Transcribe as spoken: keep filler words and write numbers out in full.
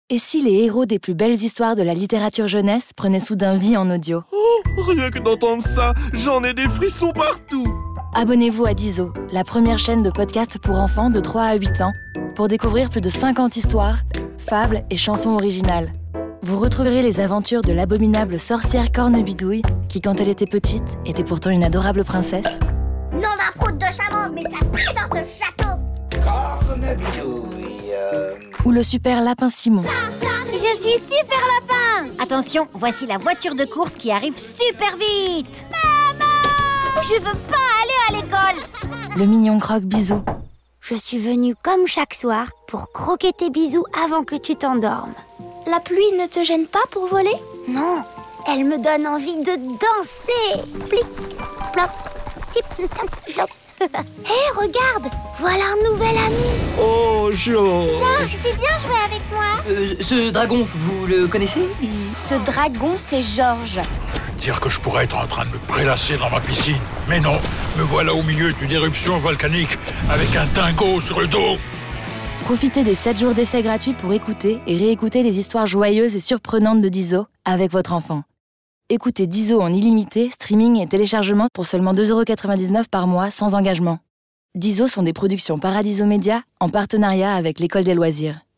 Et si les héros des plus belles histoires de la littérature jeunesse prenaient soudain vie en audio ? Oh, rien que d'entendre ça, j'en ai des frissons partout. Abonnez-vous à Diso, la première chaîne de podcast pour enfants de trois à huit ans, pour découvrir plus de cinquante histoires, fables et chansons originales. Vous retrouverez les aventures de l'abominable sorcière Cornebidouille, qui, quand elle était petite, était pourtant une adorable princesse. Nom d'un prout de chameau, mais ça pue dans ce château. Cornebidouille. Euh... Ou le super lapin Simon. Ça, ça, je suis super lapin. Attention, voici la voiture de course qui arrive super vite. Maman, je veux pas aller à l'école. Le mignon croque-bisou. Je suis venue comme chaque soir pour croquer tes bisous avant que tu t'endormes. La pluie ne te gêne pas pour voler ? Non, elle me donne envie de danser. Plic, ploc, tip, tap, top. Hé, hey, regarde, voilà un nouvel ami. Oh, Georges. Georges, tu viens jouer avec moi ? euh, Ce dragon, vous le connaissez ? Ce dragon, c'est Georges. Dire que je pourrais être en train de me prélasser dans ma piscine. Mais non, me voilà au milieu d'une éruption volcanique avec un dingo sur le dos. Profitez des sept jours d'essai gratuits pour écouter et réécouter les histoires joyeuses et surprenantes de Diso avec votre enfant. Écoutez Diso en illimité, streaming et téléchargement pour seulement deux euros quatre-vingt-dix-neuf par mois sans engagement. Diso sont des productions Paradiso Média en partenariat avec l'École des loisirs.